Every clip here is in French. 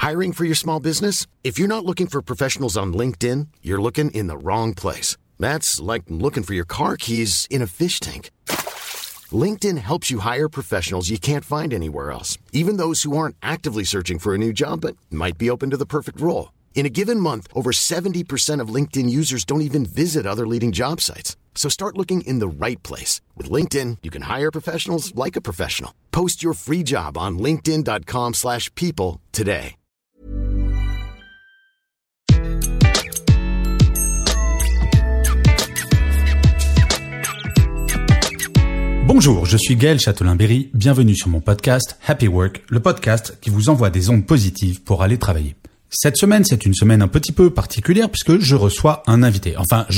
Hiring for your small business? If you're not looking for professionals on LinkedIn, you're looking in the wrong place. That's like looking for your car keys in a fish tank. LinkedIn helps you hire professionals you can't find anywhere else, even those who aren't actively searching for a new job but might be open to the perfect role. In a given month, over 70% of LinkedIn users don't even visit other leading job sites. So start looking in the right place. With LinkedIn, you can hire professionals like a professional. Post your free job on linkedin.com/people today. Bonjour, je suis Gaël Châtelain-Berry, bienvenue sur mon podcast Happy Work, le podcast qui vous envoie des ondes positives pour aller travailler. Cette semaine, c'est une semaine un petit peu particulière puisque je reçois un invité.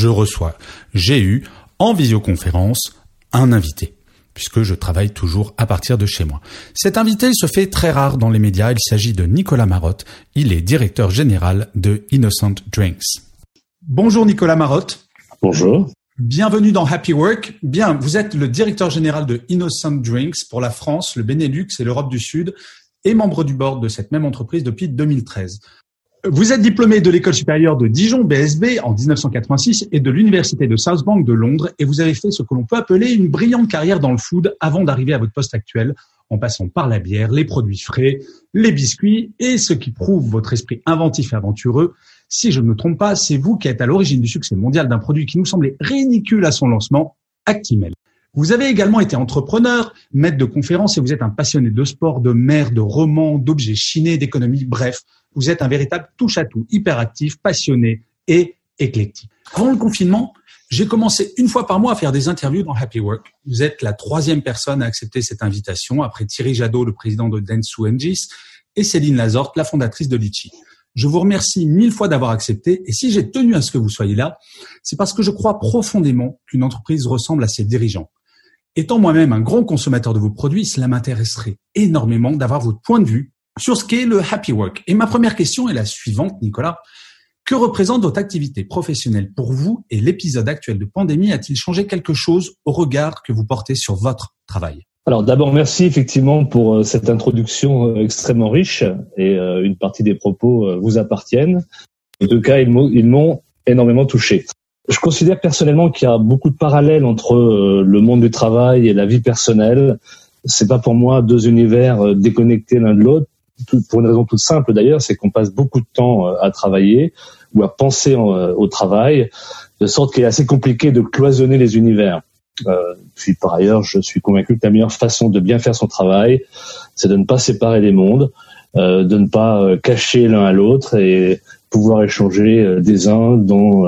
J'ai eu en visioconférence un invité puisque je travaille toujours à partir de chez moi. Cet invité se fait très rare dans les médias, il s'agit de Nicolas Marotte, il est directeur général de Innocent Drinks. Bonjour Nicolas Marotte. Bonjour. Bienvenue dans Happy Work. Bien, vous êtes le directeur général de Innocent Drinks pour la France, le Benelux et l'Europe du Sud et membre du board de cette même entreprise depuis 2013. Vous êtes diplômé de l'école supérieure de Dijon, BSB, en 1986 et de l'université de South Bank de Londres et vous avez fait ce que l'on peut appeler une brillante carrière dans le food avant d'arriver à votre poste actuel en passant par la bière, les produits frais, les biscuits et ce qui prouve votre esprit inventif et aventureux. Si je ne me trompe pas, c'est vous qui êtes à l'origine du succès mondial d'un produit qui nous semblait ridicule à son lancement, Actimel. Vous avez également été entrepreneur, maître de conférences et vous êtes un passionné de sport, de mer, de romans, d'objets chinés, d'économie, bref, vous êtes un véritable touche-à-tout, hyperactif, passionné et éclectique. Avant le confinement, j'ai commencé une fois par mois à faire des interviews dans Happy Work. Vous êtes la 3e personne à accepter cette invitation après Thierry Jadot, le président de Dentsu Engis, et Céline Lazorte, la fondatrice de Litchi. Je vous remercie 1000 fois d'avoir accepté et si j'ai tenu à ce que vous soyez là, c'est parce que je crois profondément qu'une entreprise ressemble à ses dirigeants. Étant moi-même un grand consommateur de vos produits, cela m'intéresserait énormément d'avoir votre point de vue sur ce qu'est le Happy Work. Et ma première question est la suivante, Nicolas. Que représente votre activité professionnelle pour vous et l'épisode actuel de pandémie a-t-il changé quelque chose au regard que vous portez sur votre travail ? Alors d'abord, merci effectivement pour cette introduction extrêmement riche et une partie des propos vous appartiennent. En tout cas, ils m'ont énormément touché. Je considère personnellement qu'il y a beaucoup de parallèles entre le monde du travail et la vie personnelle. C'est pas pour moi deux univers déconnectés l'un de l'autre. Pour une raison toute simple d'ailleurs, c'est qu'on passe beaucoup de temps à travailler ou à penser au travail, de sorte qu'il est assez compliqué de cloisonner les univers. Puis par ailleurs, je suis convaincu que la meilleure façon de bien faire son travail, c'est de ne pas séparer les mondes, de ne pas cacher l'un à l'autre et pouvoir échanger des uns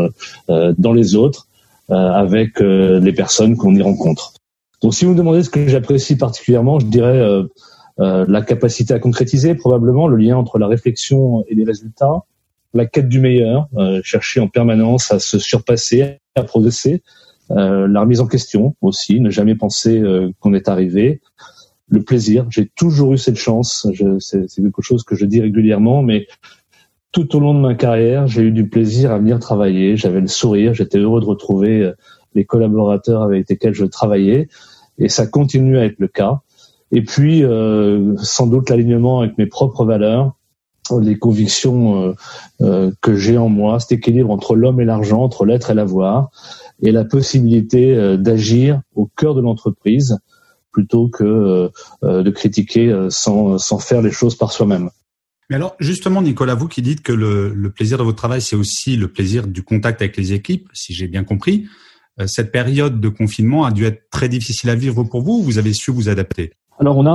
dans les autres avec les personnes qu'on y rencontre. Donc si vous me demandez ce que j'apprécie particulièrement, je dirais la capacité à concrétiser, probablement le lien entre la réflexion et les résultats, la quête du meilleur, chercher en permanence à se surpasser, à progresser, la remise en question aussi, ne jamais penser qu'on est arrivé, le plaisir. J'ai toujours eu cette chance, c'est quelque chose que je dis régulièrement, mais tout au long de ma carrière, j'ai eu du plaisir à venir travailler, j'avais le sourire, j'étais heureux de retrouver les collaborateurs avec lesquels je travaillais, et ça continue à être le cas. Et puis, sans doute l'alignement avec mes propres valeurs, les convictions que j'ai en moi, cet équilibre entre l'homme et l'argent, entre l'être et l'avoir, et la possibilité d'agir au cœur de l'entreprise plutôt que de critiquer sans faire les choses par soi-même. Mais alors, justement, Nicolas, vous qui dites que le plaisir de votre travail, c'est aussi le plaisir du contact avec les équipes, si j'ai bien compris, cette période de confinement a dû être très difficile à vivre pour vous ou vous avez su vous adapter ? Alors on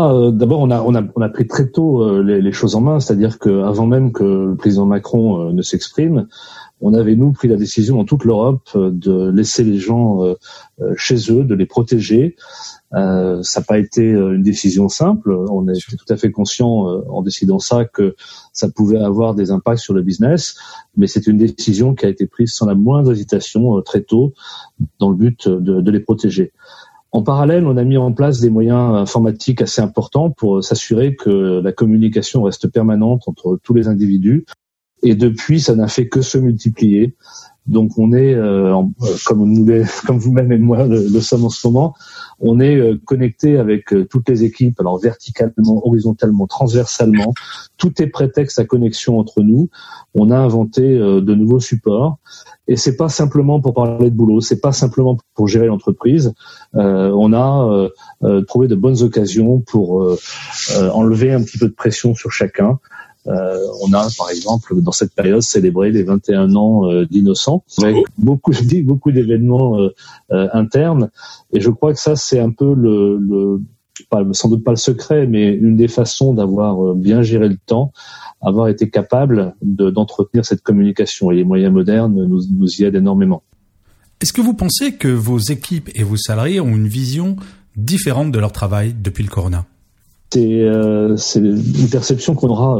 a pris très tôt les choses en main, c'est-à-dire que avant même que le président Macron ne s'exprime, on avait nous pris la décision dans toute l'Europe de laisser les gens chez eux, de les protéger. Ça n'a pas été une décision simple. On était tout à fait conscient en décidant ça que ça pouvait avoir des impacts sur le business, mais c'est une décision qui a été prise sans la moindre hésitation très tôt dans le but de les protéger. En parallèle, on a mis en place des moyens informatiques assez importants pour s'assurer que la communication reste permanente entre tous les individus. Et depuis, ça n'a fait que se multiplier. Donc on est, comme vous-même et moi le sommes en ce moment, on est connecté avec toutes les équipes, alors verticalement, horizontalement, transversalement. Tout est prétexte à connexion entre nous. On a inventé de nouveaux supports. Et c'est pas simplement pour parler de boulot, c'est pas simplement pour gérer l'entreprise. On a trouvé de bonnes occasions pour enlever un petit peu de pression sur chacun. On a, par exemple, dans cette période, célébré les 21 ans d'Innocent, avec beaucoup d'événements internes. Et je crois que ça, c'est un peu sans doute pas le secret, mais une des façons d'avoir bien géré le temps, avoir été capable d'entretenir cette communication. Et les moyens modernes nous y aident énormément. Est-ce que vous pensez que vos équipes et vos salariés ont une vision différente de leur travail depuis le corona ? C'est une perception qu'on aura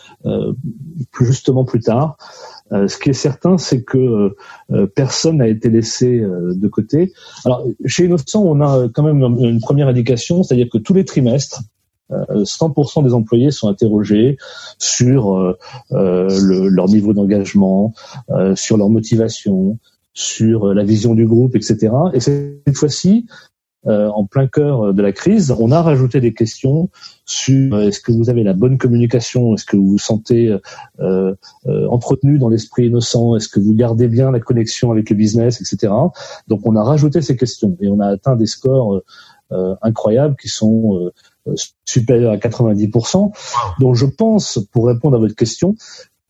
plus tard. Ce qui est certain, c'est que personne n'a été laissé de côté. Alors, chez Innocent, on a quand même une première indication, c'est-à-dire que tous les trimestres, 100% des employés sont interrogés sur leur niveau d'engagement, sur leur motivation, sur la vision du groupe, etc. Et cette fois-ci, en plein cœur de la crise, on a rajouté des questions sur est-ce que vous avez la bonne communication, est-ce que vous vous sentez entretenu dans l'esprit innocent, est-ce que vous gardez bien la connexion avec le business, etc. Donc on a rajouté ces questions et on a atteint des scores incroyables qui sont supérieurs à 90%. Donc je pense, pour répondre à votre question,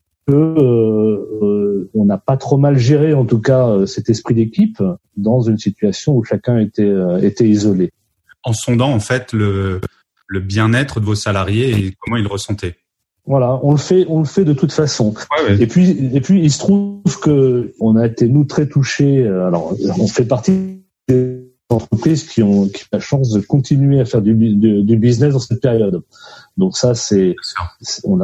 que on n'a pas trop mal géré, en tout cas, cet esprit d'équipe dans une situation où chacun était isolé. En sondant en fait le bien-être de vos salariés et comment ils le ressentaient. Voilà, on le fait de toute façon. Ouais. Et puis il se trouve que on a été nous très touchés. Alors on fait partie des entreprises qui ont la chance de continuer à faire du business dans cette période. Donc ça, on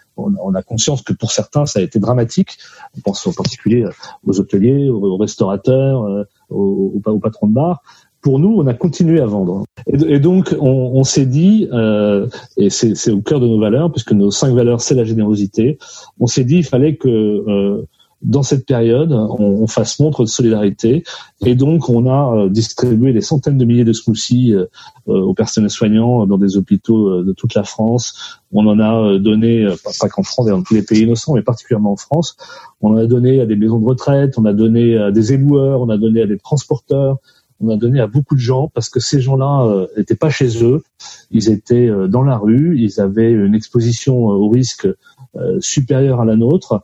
a conscience que pour certains, ça a été dramatique. On pense en particulier aux hôteliers, aux restaurateurs, aux patrons de bar. Pour nous, on a continué à vendre. Et donc, on s'est dit, et c'est au cœur de nos valeurs, puisque nos 5 valeurs, c'est la générosité. On s'est dit, il fallait que dans cette période, on fasse montre de solidarité, et donc on a distribué des centaines de milliers de smoothies aux personnels soignants dans des hôpitaux de toute la France. On en a donné, pas qu'en France, dans tous les pays innocents, mais particulièrement en France. On en a donné à des maisons de retraite, on a donné à des éboueurs, on a donné à des transporteurs, on a donné à beaucoup de gens parce que ces gens-là n'étaient pas chez eux, ils étaient dans la rue, ils avaient une exposition au risque supérieure à la nôtre.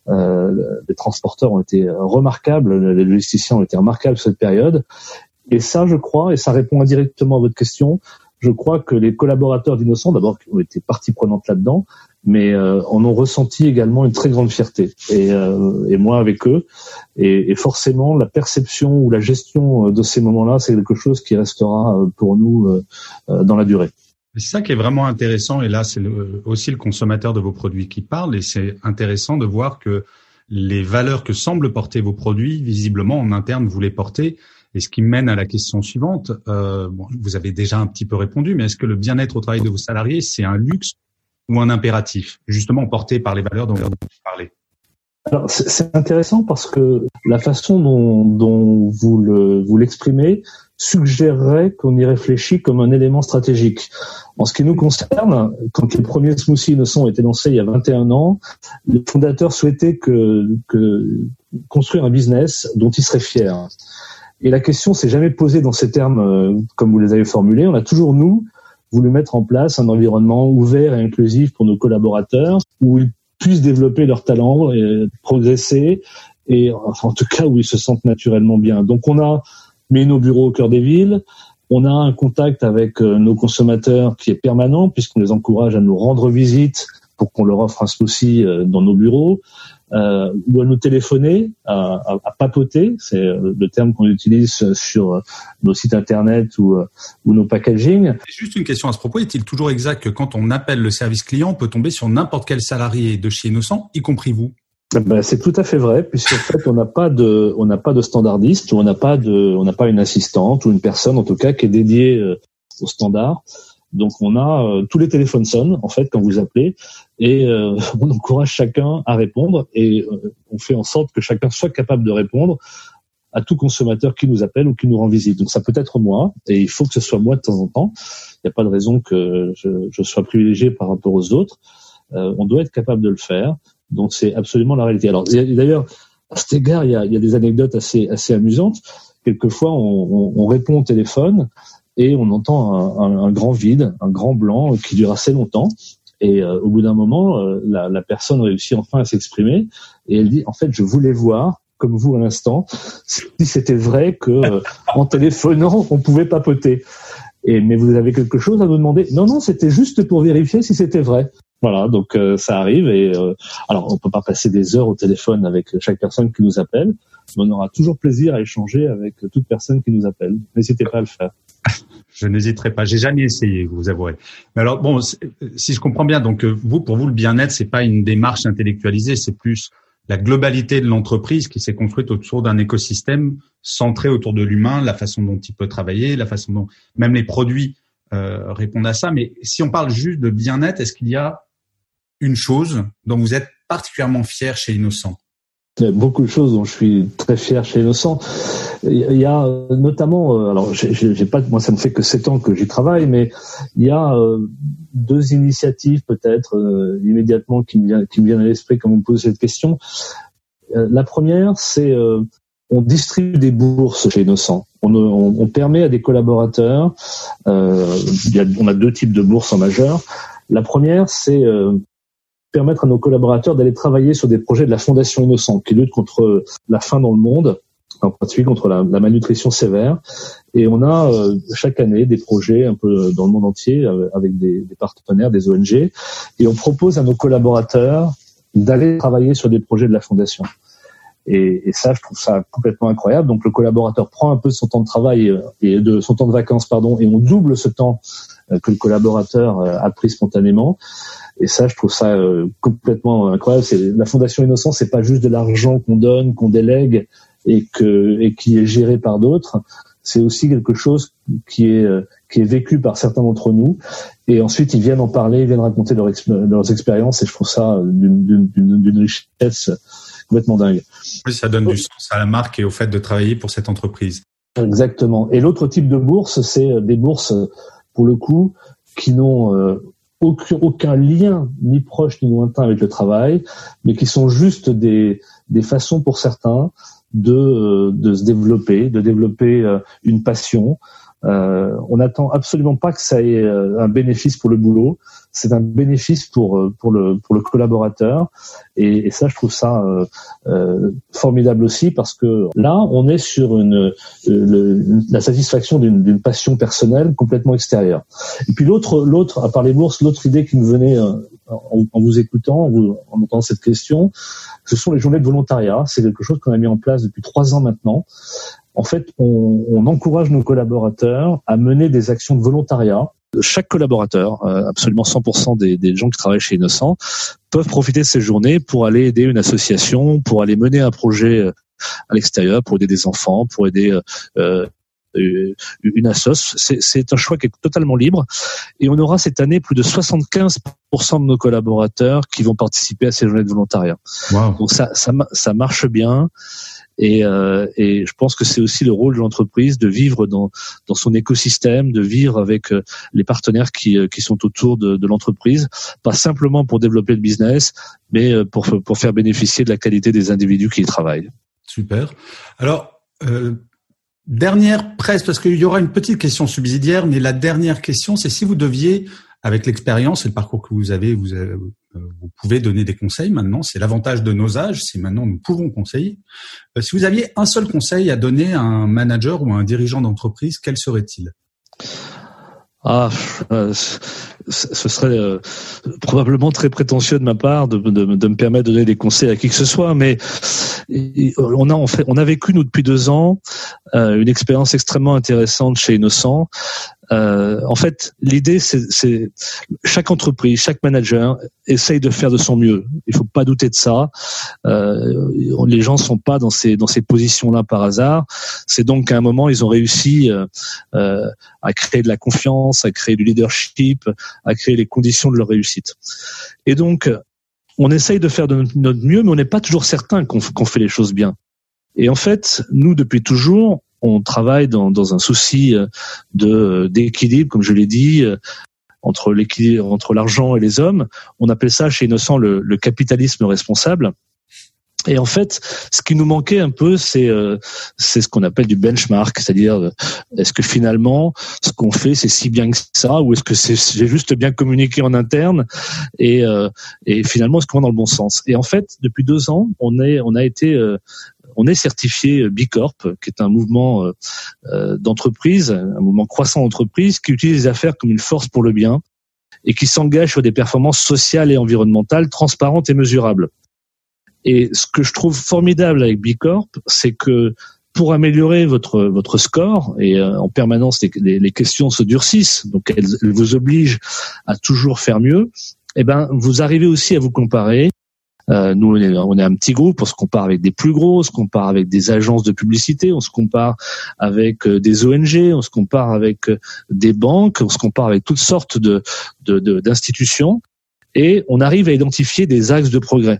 Les transporteurs ont été remarquables, les logisticiens ont été remarquables sur cette période. Et ça, je crois, et ça répond indirectement à votre question, je crois que les collaborateurs d'Innocent, d'abord, qui ont été partie prenante là-dedans, mais en ont ressenti également une très grande fierté. Et moi avec eux. Et forcément, la perception ou la gestion de ces moments-là, c'est quelque chose qui restera pour nous dans la durée. C'est ça qui est vraiment intéressant, et là c'est aussi le consommateur de vos produits qui parle, et c'est intéressant de voir que les valeurs que semblent porter vos produits, visiblement en interne vous les portez, et ce qui mène à la question suivante, vous avez déjà un petit peu répondu, mais est-ce que le bien-être au travail de vos salariés, c'est un luxe ou un impératif, justement porté par les valeurs dont vous parlez? Alors c'est intéressant parce que la façon dont vous l'exprimez suggérerait qu'on y réfléchit comme un élément stratégique. En ce qui nous concerne, quand les premiers smoothies innocents ont été lancés il y a 21 ans, les fondateurs souhaitaient construire un business dont ils seraient fiers. Et la question s'est jamais posée dans ces termes comme vous les avez formulés. On a toujours, nous, voulu mettre en place un environnement ouvert et inclusif pour nos collaborateurs où ils puissent développer leurs talents et progresser, et en tout cas où ils se sentent naturellement bien. Donc on a mis nos bureaux au cœur des villes, on a un contact avec nos consommateurs qui est permanent puisqu'on les encourage à nous rendre visite pour qu'on leur offre un smoothie dans nos bureaux, ou à nous téléphoner, à papoter, c'est le terme qu'on utilise sur nos sites internet ou nos packaging. Juste une question à ce propos, est-il toujours exact que quand on appelle le service client, on peut tomber sur n'importe quel salarié de chez Innocent, y compris vous? C'est tout à fait vrai, puisqu'en fait on n'a pas de standardiste, ou on n'a pas une assistante ou une personne en tout cas qui est dédiée au standard. Donc on a tous les téléphones sonnent en fait quand vous appelez et on encourage chacun à répondre et on fait en sorte que chacun soit capable de répondre à tout consommateur qui nous appelle ou qui nous rend visite. Donc ça peut être moi et il faut que ce soit moi de temps en temps. Il n'y a pas de raison que je sois privilégié par rapport aux autres. On doit être capable de le faire. Donc c'est absolument la réalité. Alors d'ailleurs à cet égard il y a des anecdotes assez amusantes. Quelquefois on répond au téléphone et on entend un grand vide, un grand blanc qui dure assez longtemps. Et au bout d'un moment, la personne réussit enfin à s'exprimer et elle dit en fait je voulais voir comme vous à l'instant si c'était vrai que en téléphonant on pouvait papoter. Mais vous avez quelque chose à nous demander? Non, c'était juste pour vérifier si c'était vrai. Voilà, donc ça arrive et alors on peut pas passer des heures au téléphone avec chaque personne qui nous appelle, mais on aura toujours plaisir à échanger avec toute personne qui nous appelle. N'hésitez pas à le faire. Je n'hésiterai pas. J'ai jamais essayé, vous avouerez. Mais alors bon, si je comprends bien, donc pour vous le bien-être, c'est pas une démarche intellectualisée, c'est plus la globalité de l'entreprise qui s'est construite autour d'un écosystème centré autour de l'humain, la façon dont il peut travailler, la façon dont même les produits répondent à ça. Mais si on parle juste de bien-être, est-ce qu'il y a une chose dont vous êtes particulièrement fier chez Innocent? Il y a beaucoup de choses dont je suis très fier chez Innocent. Il y a notamment, alors j'ai pas, moi ça ne fait que 7 ans que j'y travaille, mais il y a 2 initiatives peut-être immédiatement qui me viennent à l'esprit quand on me pose cette question. La première, c'est on distribue des bourses chez Innocent. On permet à des collaborateurs, on a 2 types de bourses en majeur. La première, c'est permettre à nos collaborateurs d'aller travailler sur des projets de la Fondation Innocent qui lutte contre la faim dans le monde, en particulier contre la malnutrition sévère. Et on a chaque année des projets un peu dans le monde entier avec des partenaires, des ONG, et on propose à nos collaborateurs d'aller travailler sur des projets de la Fondation. Et ça, je trouve ça complètement incroyable. Donc le collaborateur prend un peu de son temps de travail et de son temps de vacances, et on double ce temps que le collaborateur a pris spontanément. Et ça, je trouve ça complètement incroyable. La Fondation Innocent, c'est pas juste de l'argent qu'on donne, qu'on délègue et qui est géré par d'autres. C'est aussi quelque chose qui est vécu par certains d'entre nous. Et ensuite, ils viennent en parler, ils viennent raconter leurs expériences. Et je trouve ça d'une richesse complètement dingue. Oui, ça donne du sens à la marque et au fait de travailler pour cette entreprise. Exactement. Et l'autre type de bourse, c'est des bourses, pour le coup, qui n'ont aucun lien ni proche ni lointain avec le travail, mais qui sont juste des façons pour certains de se développer, une passion. On n'attend absolument pas que ça ait un bénéfice pour le boulot. C'est un bénéfice pour le collaborateur. Et ça, je trouve ça formidable aussi parce que là, on est sur la satisfaction d'une passion personnelle complètement extérieure. Et puis l'autre, à part les bourses, l'autre idée qui me venait en vous écoutant, en entendant cette question, ce sont les journées de volontariat. C'est quelque chose qu'on a mis en place depuis 3 ans maintenant. En fait, on encourage nos collaborateurs à mener des actions de volontariat. Chaque collaborateur, absolument 100% des gens qui travaillent chez Innocent, peuvent profiter de ces journées pour aller aider une association, pour aller mener un projet à l'extérieur, pour aider des enfants, pour aider une assoce. C'est un choix qui est totalement libre. Et on aura cette année plus de 75% de nos collaborateurs qui vont participer à ces journées de volontariat. Wow. Donc ça marche bien. Et je pense que c'est aussi le rôle de l'entreprise de vivre dans son écosystème, de vivre avec les partenaires qui sont autour de l'entreprise, pas simplement pour développer le business, mais pour faire bénéficier de la qualité des individus qui y travaillent. Super. Alors, dernière presque, parce qu'il y aura une petite question subsidiaire, mais la dernière question, c'est si vous deviez, avec l'expérience et le parcours que vous avez, vous pouvez donner des conseils maintenant. C'est l'avantage de nos âges, c'est maintenant nous pouvons conseiller. Si vous aviez un seul conseil à donner à un manager ou à un dirigeant d'entreprise, quel serait-il ? Ce serait probablement très prétentieux de ma part de me permettre de donner des conseils à qui que ce soit, mais on a vécu nous depuis 2 ans une expérience extrêmement intéressante chez Innocent. En fait, l'idée, c'est chaque entreprise, chaque manager essaye de faire de son mieux. Il faut pas douter de ça. Les gens sont pas dans ces positions-là par hasard. C'est donc qu'à un moment, ils ont réussi à créer de la confiance, à créer du leadership, à créer les conditions de leur réussite. Et donc, on essaye de faire de notre mieux, mais on n'est pas toujours certain qu'on fait les choses bien. Et en fait, nous, depuis toujours, on travaille dans un souci d'équilibre, comme je l'ai dit, entre l'équilibre entre l'argent et les hommes. On appelle ça chez Innocent le capitalisme responsable. Et en fait, ce qui nous manquait un peu, c'est ce qu'on appelle du benchmark, c'est-à-dire est-ce que finalement ce qu'on fait c'est si bien que ça, ou est-ce que j'ai juste bien communiqué en interne et finalement est-ce qu'on va dans le bon sens. Et en fait, depuis 2 ans, on est certifié B Corp, qui est un mouvement d'entreprise, un mouvement croissant d'entreprise qui utilise les affaires comme une force pour le bien et qui s'engage sur des performances sociales et environnementales transparentes et mesurables. Et ce que je trouve formidable avec B Corp, c'est que pour améliorer votre score, et en permanence les questions se durcissent, donc elles vous obligent à toujours faire mieux, eh ben vous arrivez aussi à vous comparer. Nous, on est un petit groupe, on se compare avec des plus gros, on se compare avec des agences de publicité, on se compare avec des ONG, on se compare avec des banques, on se compare avec toutes sortes d'institutions, et on arrive à identifier des axes de progrès.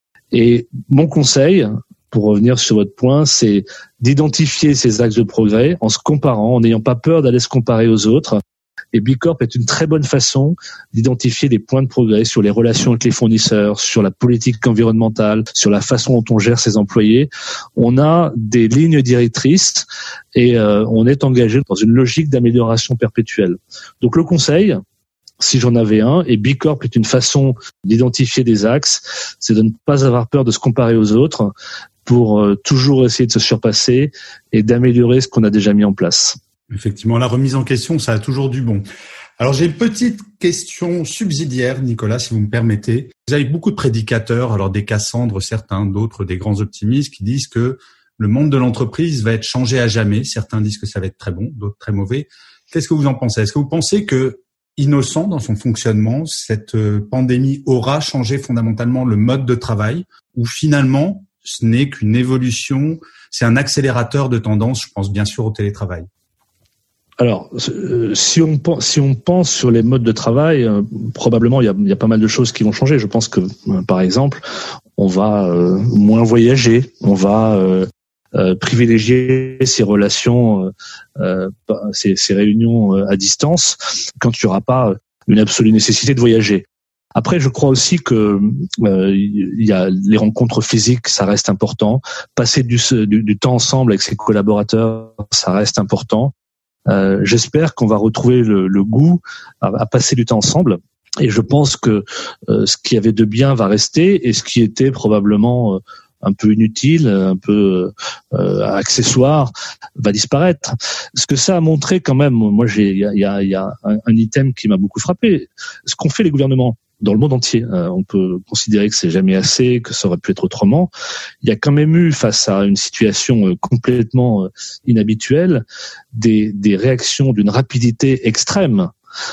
Et mon conseil, pour revenir sur votre point, c'est d'identifier ces axes de progrès en se comparant, en n'ayant pas peur d'aller se comparer aux autres. Et B Corp est une très bonne façon d'identifier des points de progrès sur les relations avec les fournisseurs, sur la politique environnementale, sur la façon dont on gère ses employés. On a des lignes directrices et on est engagé dans une logique d'amélioration perpétuelle. Donc le conseil, si j'en avais un, et B Corp est une façon d'identifier des axes, c'est de ne pas avoir peur de se comparer aux autres pour toujours essayer de se surpasser et d'améliorer ce qu'on a déjà mis en place. Effectivement, la remise en question, ça a toujours du bon. Alors, j'ai une petite question subsidiaire, Nicolas, si vous me permettez. Vous avez beaucoup de prédicateurs, alors des Cassandres, certains, d'autres, des grands optimistes qui disent que le monde de l'entreprise va être changé à jamais. Certains disent que ça va être très bon, d'autres très mauvais. Qu'est-ce que vous en pensez? Est-ce que vous pensez que Innocent dans son fonctionnement, cette pandémie aura changé fondamentalement le mode de travail, ou finalement ce n'est qu'une évolution, c'est un accélérateur de tendance, je pense bien sûr au télétravail? Alors, si on pense sur les modes de travail, probablement il y a pas mal de choses qui vont changer. Je pense que, par exemple, on va moins voyager, on va privilégier ces relations, ces réunions à distance, quand il n'y aura pas une absolue nécessité de voyager. Après, je crois aussi que il y a les rencontres physiques, ça reste important. Passer du temps ensemble avec ses collaborateurs, ça reste important. J'espère qu'on va retrouver le goût à passer du temps ensemble. Et je pense que ce qu'il y avait de bien va rester, et ce qui était probablement un peu inutile, un peu accessoire, va disparaître. Ce que ça a montré quand même, moi il y a un item qui m'a beaucoup frappé. Ce qu'ont fait les gouvernements dans le monde entier, on peut considérer que c'est jamais assez, que ça aurait pu être autrement. Il y a quand même eu, face à une situation complètement inhabituelle, des réactions d'une rapidité extrême.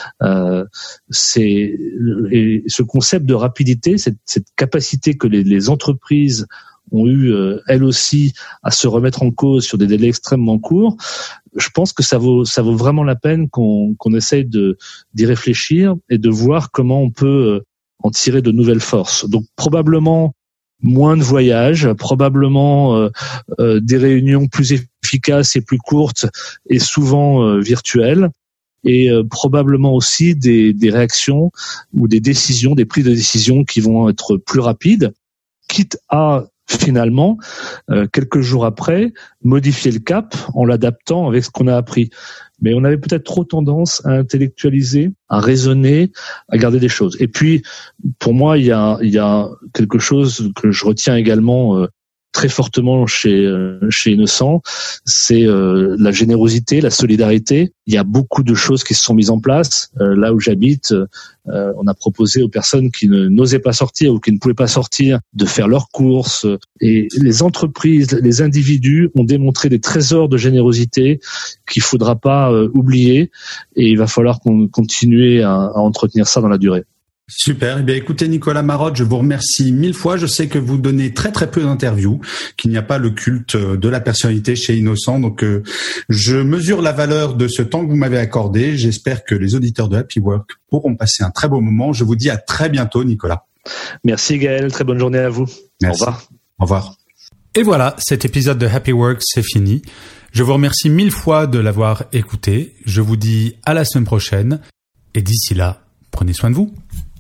Et ce concept de rapidité, cette capacité que les entreprises ont eu elles aussi à se remettre en cause sur des délais extrêmement courts, je pense que ça vaut vraiment la peine qu'on essaye d'y réfléchir et de voir comment on peut en tirer de nouvelles forces. Donc probablement moins de voyages, probablement des réunions plus efficaces et plus courtes et souvent virtuelles, et probablement aussi des réactions ou des décisions, des prises de décision qui vont être plus rapides, quitte à finalement, quelques jours après, modifier le cap en l'adaptant avec ce qu'on a appris. Mais on avait peut-être trop tendance à intellectualiser, à raisonner, à garder des choses. Et puis, pour moi, il y a quelque chose que je retiens également très fortement chez Innocent, c'est la générosité, la solidarité. Il y a beaucoup de choses qui se sont mises en place. Là où j'habite, on a proposé aux personnes qui n'osaient pas sortir ou qui ne pouvaient pas sortir de faire leurs courses. Et les entreprises, les individus ont démontré des trésors de générosité qu'il faudra pas oublier. Et il va falloir continuer à entretenir ça dans la durée. Super. Eh bien, écoutez, Nicolas Marotte, je vous remercie 1000 fois. Je sais que vous donnez très très peu d'interviews, qu'il n'y a pas le culte de la personnalité chez Innocent. Donc, je mesure la valeur de ce temps que vous m'avez accordé. J'espère que les auditeurs de Happy Work pourront passer un très beau moment. Je vous dis à très bientôt, Nicolas. Merci Gaël. Très bonne journée à vous. Merci. Au revoir. Au revoir. Et voilà, cet épisode de Happy Work, c'est fini. Je vous remercie 1000 fois de l'avoir écouté. Je vous dis à la semaine prochaine. Et d'ici là, prenez soin de vous.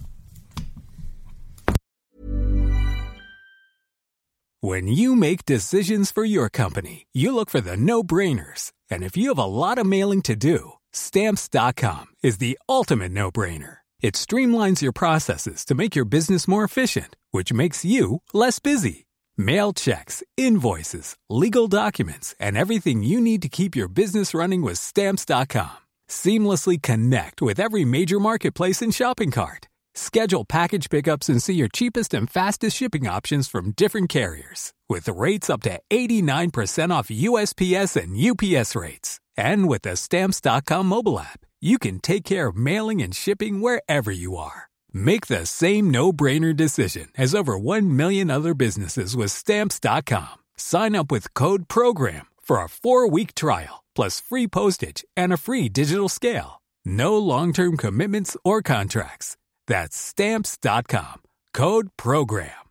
When you make decisions for your company, you look for the no-brainers. And if you have a lot of mailing to do, Stamps.com is the ultimate no-brainer. It streamlines your processes to make your business more efficient, which makes you less busy. Mail checks, invoices, legal documents, and everything you need to keep your business running with Stamps.com. Seamlessly connect with every major marketplace and shopping cart. Schedule package pickups and see your cheapest and fastest shipping options from different carriers. With rates up to 89% off USPS and UPS rates. And with the Stamps.com mobile app, you can take care of mailing and shipping wherever you are. Make the same no-brainer decision as over 1 million other businesses with Stamps.com. Sign up with code PROGRAM for a 4-week trial, plus free postage and a free digital scale. No long-term commitments or contracts. That's Stamps.com. Code PROGRAM.